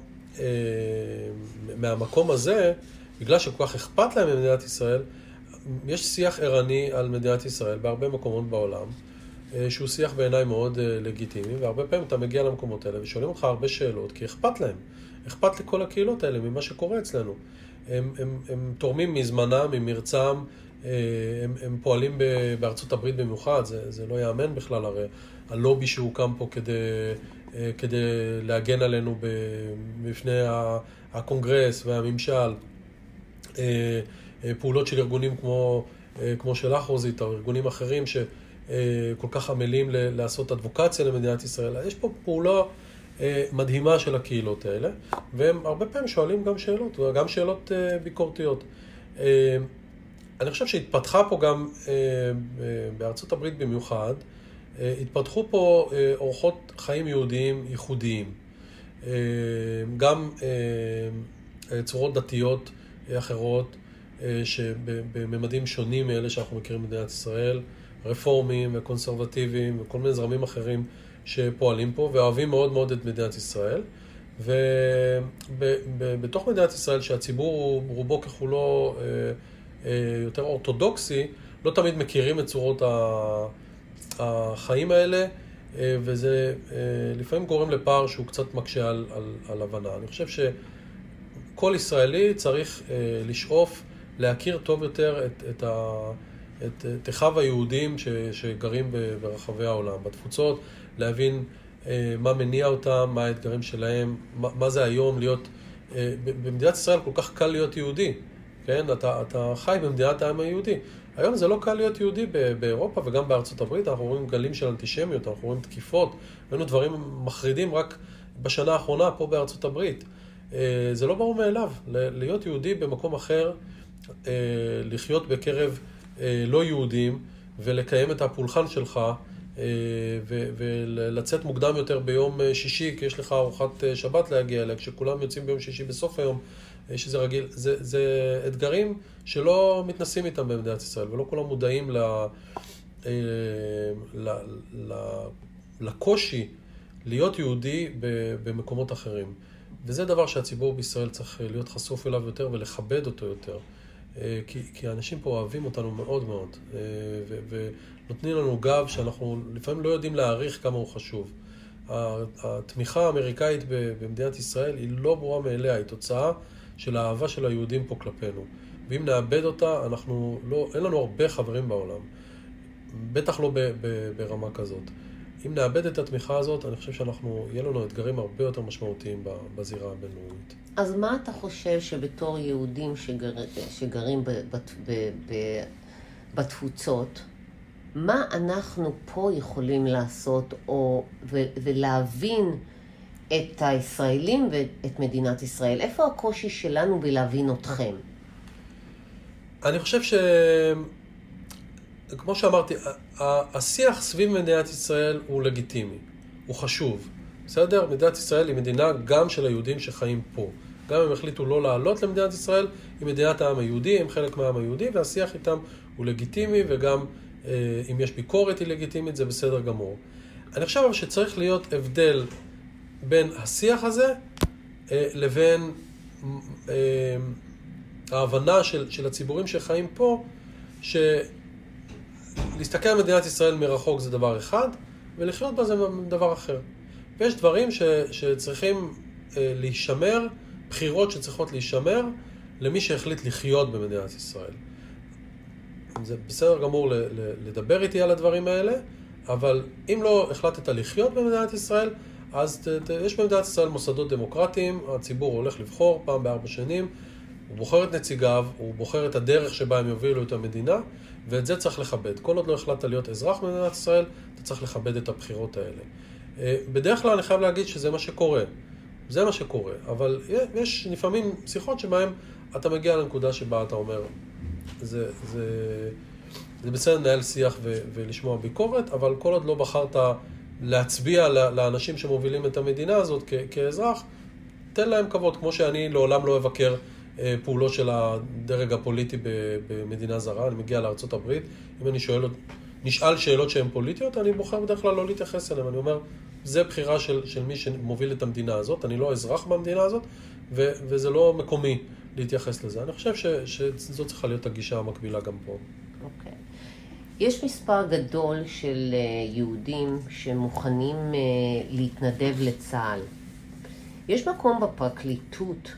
Speaker 2: מהמקום הזה, בגלל שכל כך אכפת להם ממדינת ישראל, יש שיח ערני על מדינת ישראל בהרבה מקומות בעולם, שהוא שיח בעיניי מאוד לגיטימי, והרבה פעמים אתה מגיע למקומות האלה ושואלים אותך הרבה שאלות, כי אכפת להם. אכפת לכל הקהילות האלה ממה שקורה אצלנו. הם תורמים מזמנם, ממרצם, הם פועלים בארצות הברית במיוחד, זה לא יאמן בכלל, הרי הלובי שהוקם פה כדי להגן עלינו בפני הקונגרס והממשל, פעולות של ארגונים כמו שלך רוזית, או ארגונים אחרים שכל כך עמלים לעשות אדבוקציה למדינת ישראל. יש פה פעולה מדהימה של הקהילות האלה, והם הרבה פעמים שואלים גם שאלות ביקורתיות. אני חושב שהתפתחה פה גם בארצות הברית במיוחד, התפתחו פה אורחות חיים יהודיים ייחודיים, גם צורות דתיות אחרות שבממדים שונים מאלה שאנחנו מכירים במדינת ישראל, רפורמים וקונסרבטיביים וכל מיני זרמים אחרים שפועלים פה ואוהבים מאוד מאוד את מדינת ישראל. ובתוך מדינת ישראל שהציבור הוא רובו ככולו יותר אורתודוקסי, לא תמיד מכירים את צורות החיים האלה, וזה לפעמים גורם לפער שהוא קצת מקשה על הבנה. אני חושב שכל ישראלי צריך לשאוף להכיר טוב יותר את אחיו היהודים שגרים ברחבי העולם, בתפוצות, להבין מה מניע אותם, מה האתגרים שלהם, מה זה היום להיות, במדינת ישראל כל כך קל להיות יהודי. כן? אתה חי במדינת העם היהודי. היום זה לא קל להיות יהודי באירופה וגם בארצות הברית. אנחנו רואים גלים של אנטישמיות, אנחנו רואים תקיפות, ראינו דברים מחרידים רק בשנה האחרונה פה בארצות הברית. זה לא ברור מאליו, להיות יהודי במקום אחר, לחיות בקרב לא יהודים ולקיים את הפולחן שלך, ולצאת מוקדם יותר ביום שישי, כי יש לך ארוחת שבת להגיע אליה, כשכולם יוצאים ביום שישי בסוף היום, שזה רגיל. זה אתגרים שלא מתנסים איתם במדינת ישראל, ולא כולם מודעים לקושי להיות יהודי במקומות אחרים. וזה דבר שהציבור בישראל צריך להיות חשוף אליו יותר ולכבד אותו יותר. כי האנשים פה אוהבים אותנו מאוד מאוד, ונותנים לנו גב שאנחנו לפעמים לא יודעים להעריך כמה הוא חשוב. התמיכה האמריקאית במדינת ישראל היא לא ברורה מאליה, היא תוצאה של האהבה של היהודים פה כלפינו. ואם נאבד אותה, אין לנו הרבה חברים בעולם, בטח לא ברמה כזאת. אם נאבד את התמיכה הזאת, אני חושב יהיה לנו אתגרים הרבה יותר משמעותיים בזירה הבינלאומית.
Speaker 1: אז מה אתה חושב שבתור יהודים שגרים בתפוצות, מה אנחנו פה יכולים לעשות ולהבין את הישראלים ואת מדינת ישראל? איפה הקושי שלנו בלהבין אתכם?
Speaker 2: אני חושב כמו שאמרתי, השיח סביב מדינת ישראל הוא לגיטימי, הוא חשוב. בסדר? מדינת ישראל היא מדינה גם של היהודים שחיים פה. גם אם החליטו לא לעלות למדינת ישראל, היא מדינת העם היהודי, הם חלק מהעם היהודי, והשיח איתם הוא לגיטימי, וגם אם יש ביקורת היא לגיטימית, זה בסדר גמור. אני חושב שצריך להיות הבדל בין השיח הזה לבין ההבנה של הציבורים שחיים פה, להסתכל על מדינת ישראל מרחוק זה דבר אחד, ולחיות בה זה דבר אחר. ויש דברים שצריכים להישמר, בחירות שצריכות להישמר, למי שהחליט לחיות במדינת ישראל. זה בסדר גמור לדבר איתי על הדברים האלה, אבל אם לא החלטת לחיות במדינת ישראל, אז יש במדינת ישראל מוסדות דמוקרטיים, הציבור הולך לבחור פעם ב4 שנים, הוא בוחר את נציגיו, הוא בוחר את הדרך שבה הם יובילו את המדינה, ואת זה צריך לכבד. כל עוד לא החלטת להיות אזרח במדינת ישראל, אתה צריך לכבד את הבחירות האלה. בדרך כלל אני חייב להגיד שזה מה שקורה. זה מה שקורה. אבל יש לפעמים שיחות שבהן אתה מגיע לנקודה שבה אתה אומר, זה בסדר לנהל שיח ולשמוע ביקורת, אבל כל עוד לא בחרת להצביע לאנשים שמובילים את המדינה הזאת כאזרח, תן להם כבוד, כמו שאני לעולם לא אבקר פעולות של הדרג הפוליטי במדינה זרה. אני מגיע לארצות הברית, אם אני נשאל שאלות שהן פוליטיות, אני בוחר בדרך כלל לא להתייחס אליהן. אני אומר, זה בחירה של מי שמוביל את המדינה הזאת, אני לא אזרח במדינה הזאת, וזה לא מקומי להתייחס לזה. אני חושב שזו צריכה להיות הגישה המקבילה גם פה.
Speaker 1: אוקיי. יש מספר גדול של יהודים שמוכנים להתנדב לצה"ל. יש מקום בפרקליטות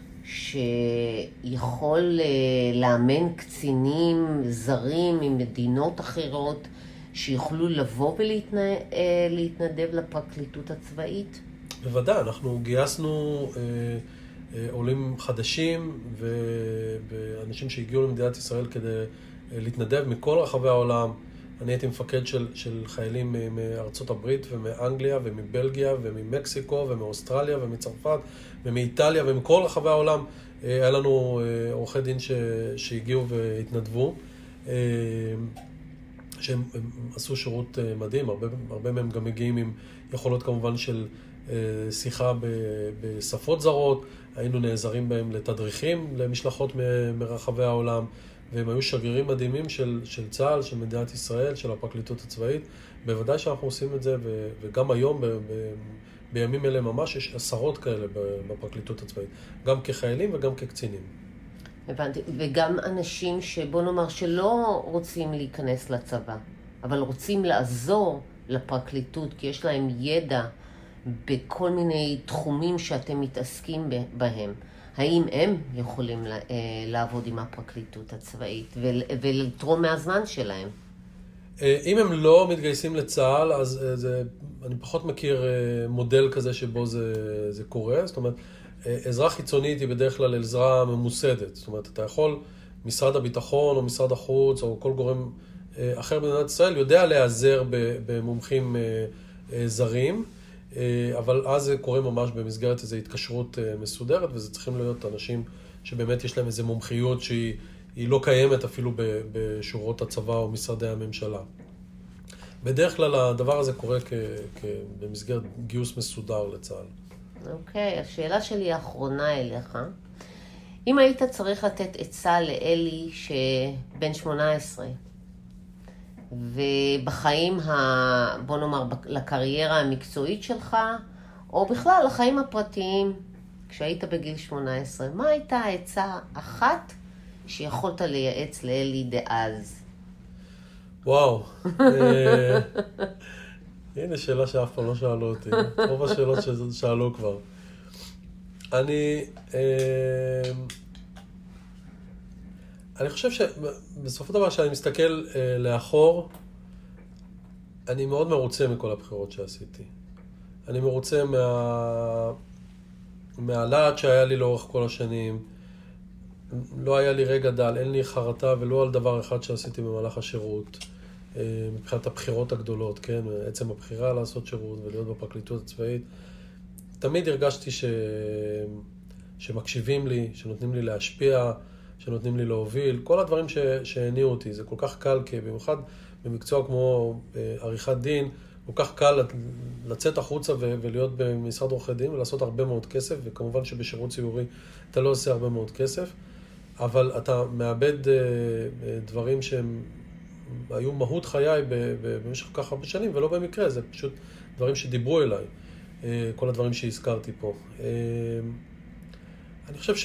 Speaker 1: שיכול לאמן קצינים זרים ממדינות אחרות שיוכלו לבוא ולהתנדב לפרקליטות הצבאית?
Speaker 2: בוודאי, אנחנו גייסנו עולים חדשים ואנשים שהגיעו למדינת ישראל כדי להתנדב מכל רחבי העולם. אני הייתי מפקד של חיילים מארצות הברית ומאנגליה ומבלגיה וממקסיקו ומאוסטרליה ומצרפת ומאיטליה ומכל רחבי העולם. היה לנו עורכי דין שהגיעו והתנדבו, שהם עשו שירות מדהים. הרבה מהם גם מגיעים עם יכולות כמובן של שיחה בשפות זרות. היינו נעזרים בהם לתדריכים למשלחות מרחבי העולם, והם היו שגרירים מדהימים של צה"ל, של מדינת ישראל, של הפרקליטות הצבאית. בוודאי שאנחנו עושים את זה, וגם היום, בימים אלה ממש, יש עשרות כאלה בפרקליטות הצבאית, גם כחיילים וגם כקצינים.
Speaker 1: הבנתי, וגם אנשים שבוא נאמר שלא רוצים להיכנס לצבא, אבל רוצים לעזור לפרקליטות, כי יש להם ידע בכל מיני תחומים שאתם מתעסקים בהם. האם הם יכולים לעבוד עם הפרקליטות הצבאית ולתרום מהזמן שלהם?
Speaker 2: אם הם לא מתגייסים לצה"ל, אז אני פחות מכיר מודל כזה שבו זה קורה. זאת אומרת, עזרה חיצונית היא בדרך כלל עזרה ממוסדת. זאת אומרת, אתה יכול משרד הביטחון או משרד החוץ או כל גורם אחר במדינת ישראל יודע להיעזר במומחים זרים, אבל אז זה קורה ממש במסגרת איזו התקשרות מסודרת, וזה צריכים להיות אנשים שבאמת יש להם איזו מומחיות שהיא לא קיימת אפילו בשורות הצבא או משרדי הממשלה. בדרך כלל הדבר הזה קורה במסגרת גיוס מסודר לצה"ל.
Speaker 1: אוקיי, השאלה שלי האחרונה אליך. אם היית צריך לתת עצה לאלי שבן 18, ובחיים, בוא נאמר, לקריירה המקצועית שלך, או בכלל לחיים הפרטיים, כשהיית בגיל 18, מה הייתה העצה אחת שיכולת לייעץ לאלי דאז?
Speaker 2: וואו, הנה שאלה שאף פעם לא שאלו אותי, רוב השאלות ששאלו כבר. אני חושב שבסופו של דבר כשאני מסתכל לאחור, אני מאוד מרוצה מכל הבחירות שעשיתי. אני מרוצה מהלהט שהיה לי לאורך כל השנים. לא היה לי רגע דל, אין לי חרטה ולא על דבר אחד שעשיתי במהלך השירות. מבחינת הבחירות הגדולות, כן? עצם הבחירה לעשות שירות ולהיות בפרקליטות הצבאית. תמיד הרגשתי שמקשיבים לי, שנותנים לי להשפיע, שנותנים לי להוביל. כל הדברים שהניעו אותי, זה כל כך קל, כי במיוחד במקצוע כמו עריכת דין, כל כך קל לצאת החוצה ולהיות במשרד עורכי דין ולעשות הרבה מאוד כסף, וכמובן שבשירות ציבורי אתה לא עושה הרבה מאוד כסף, אבל אתה מאבד דברים שהם היו מהות חיי במשך כך הרבה שנים, ולא במקרה, זה פשוט דברים שדיברו אליי, כל הדברים שהזכרתי פה. אני חושב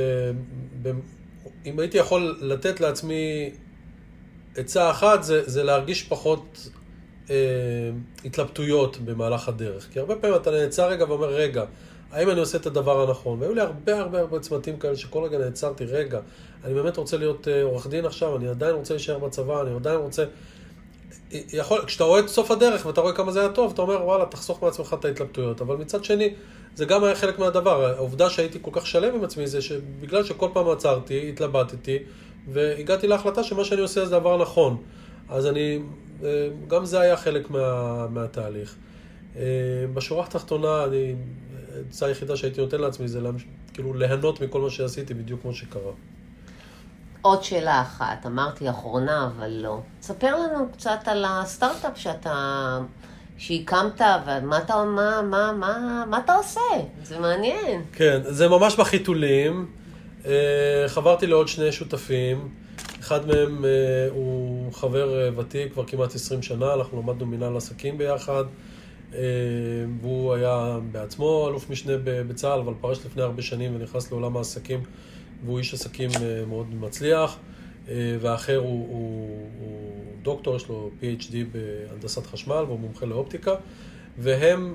Speaker 2: שאם הייתי יכול לתת לעצמי עצה אחת, זה להרגיש פחות התלבטויות במהלך הדרך. כי הרבה פעמים אתה נעצר רגע ואומר, רגע, האם אני עושה את הדבר הנכון? והיו לי הרבה צמתים כאלה שכל רגע נעצרתי, רגע, אני באמת רוצה להיות עורך דין עכשיו, אני עדיין רוצה להישאר בצבא, אני עדיין רוצה... כשאתה רואה את סוף הדרך ואתה רואה כמה זה היה טוב, אתה אומר, וואלה, תחסוך מעצמך את ההתלבטויות. אבל מצד שני, זה גם היה חלק מהדבר. העובדה שהייתי כל כך שלם עם עצמי זה שבגלל שכל פעם עצרתי, התלבטתי, והגעתי להחלטה שמה שאני עושה זה דבר נכון. אז גם זה היה חלק מהתהליך. בשורה התחתונה, הצעה היחידה שהייתי נותן לעצמי זה כאילו ליהנות מכל מה שעשיתי בדיוק כמו שקרה.
Speaker 1: עוד שאלה אחת, אמרתי אחרונה, אבל לא. תספר לנו קצת על הסטארט-אפ שהקמת, ומה אתה עושה? זה מעניין.
Speaker 2: כן, זה ממש בחיתולים. חברתי לעוד שני שותפים. אחד מהם הוא חבר ותיק, כבר כמעט 20 שנה, אנחנו למדנו מנהל עסקים ביחד. והוא היה בעצמו אלוף משנה בצה"ל, אבל פרש לפני הרבה שנים ונכנס לעולם העסקים, והוא איש עסקים מאוד מצליח. והאחר הוא דוקטור, יש לו PhD בהנדסת חשמל, והוא מומחה לאופטיקה. והם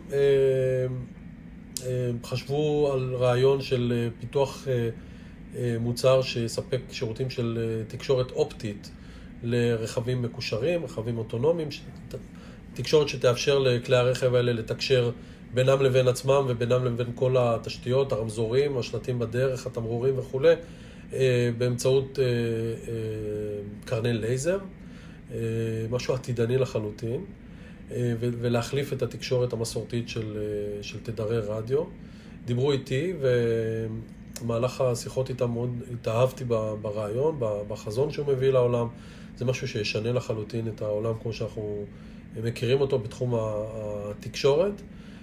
Speaker 2: חשבו על רעיון של פיתוח מוצר שיספק שירותים של תקשורת אופטית לרכבים מקושרים, רכבים אוטונומיים, תקשורת שתאפשר לכלי הרכב האלה לתקשר בינם לבין עצמם ובינם לבין כל התשתיות, הרמזורים, השלטים בדרך, התמרורים וכו', באמצעות קרני לייזר, משהו עתידני לחלוטין, ולהחליף את התקשורת המסורתית של תדרי רדיו. דיברו איתי, ומהלך השיחות איתם מאוד התאהבתי ברעיון, בחזון שהוא מביא לעולם. זה משהו שישנה לחלוטין את העולם כמו שאנחנו מכירים אותו בתחום התקשורת.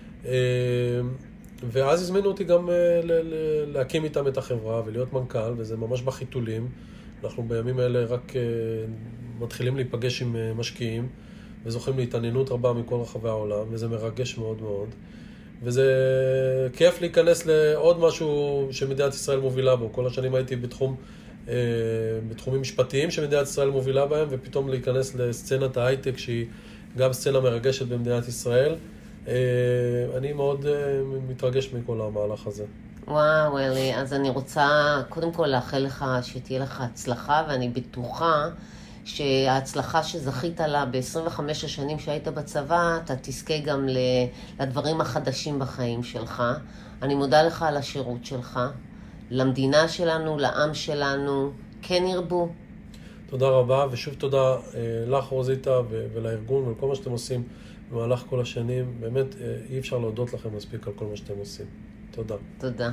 Speaker 2: ואז הזמינו אותי גם להקים איתם את החברה ולהיות מנכ"ל, וזה ממש בחיתולים. אנחנו בימים האלה רק מתחילים להיפגש עם משקיעים, וזוכים להתעניינות רבה מכל רחבי העולם, וזה מרגש מאוד מאוד. וזה כיף להיכנס לעוד משהו שמדינת ישראל מובילה בו. כל השנים הייתי בתחומים משפטיים שמדינת ישראל מובילה בהם, ופתאום להיכנס לסצנת ההייטק שהיא גם סצנה מרגשת במדינת ישראל. אני מאוד מתרגש מכל המהלך הזה.
Speaker 1: וואו, אלי, אז אני רוצה קודם כל לאחל לך שתהיה לך הצלחה, ואני בטוחה שההצלחה שזכית לה ב-25 השנים שהיית בצבא, אתה תזכה גם לדברים החדשים בחיים שלך. אני מודה לך על השירות שלך, למדינה שלנו, לעם שלנו, כן ירבו.
Speaker 2: תודה רבה, ושוב תודה לך רוזיטה ולארגון ולכל מה שאתם עושים במהלך כל השנים. באמת אי אפשר להודות לכם מספיק על כל מה שאתם עושים. תודה.
Speaker 1: תודה.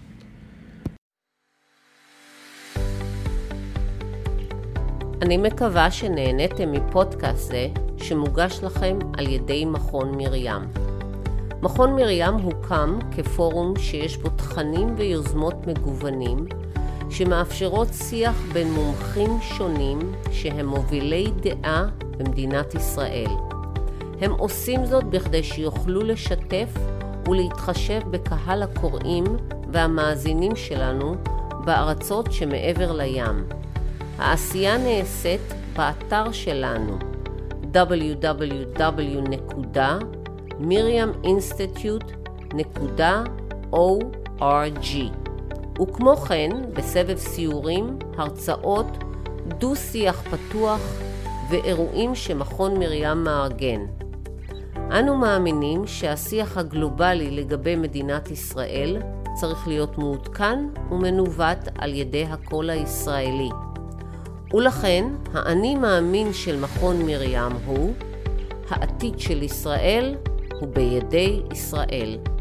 Speaker 1: אני מקווה שנהניתם מפודקאסט זה שמוגש לכם על ידי מכון מרים. מכון מרים הוקם כפורום שיש בו תכנים ויוזמות מגוונים שמאפשרות שיח בין מומחים שונים שהם מובילי דעה במדינת ישראל. הם עושים זאת בכדי שיוכלו לשתף ולהתחשב בקהל הקוראים והמאזינים שלנו בארצות שמעבר לים. העשייה נעשית באתר שלנו www.miriaminstitute.org וכמו כן בסבב סיורים, הרצאות, דו-שיח פתוח ואירועים שמכון מרים מארגן. אנו מאמינים שהשיח הגלובלי לגבי מדינת ישראל צריך להיות מעודכן ומנווט על ידי הקול הישראלי. ולכן, האני מאמין של מכון מרים הוא, העתיד של ישראל הוא בידי ישראל.